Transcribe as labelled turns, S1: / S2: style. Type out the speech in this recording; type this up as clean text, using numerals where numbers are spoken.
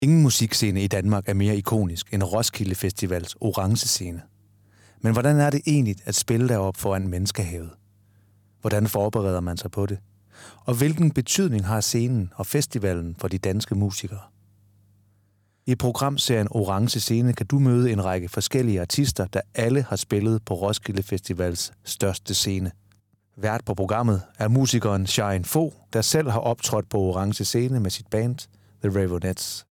S1: Ingen musikscene i Danmark er mere ikonisk end Roskilde Festivals orange scene. Men hvordan er det egentlig at spille deroppe foran menneskehavet? Hvordan forbereder man sig på det? Og hvilken betydning har scenen og festivalen for de danske musikere? I programserien Orange Scene kan du møde en række forskellige artister, der alle har spillet på Roskilde Festivals største scene. Vært på programmet er musikeren Shine Fo, der selv har optrådt på Orange Scene med sit band The Raveonettes.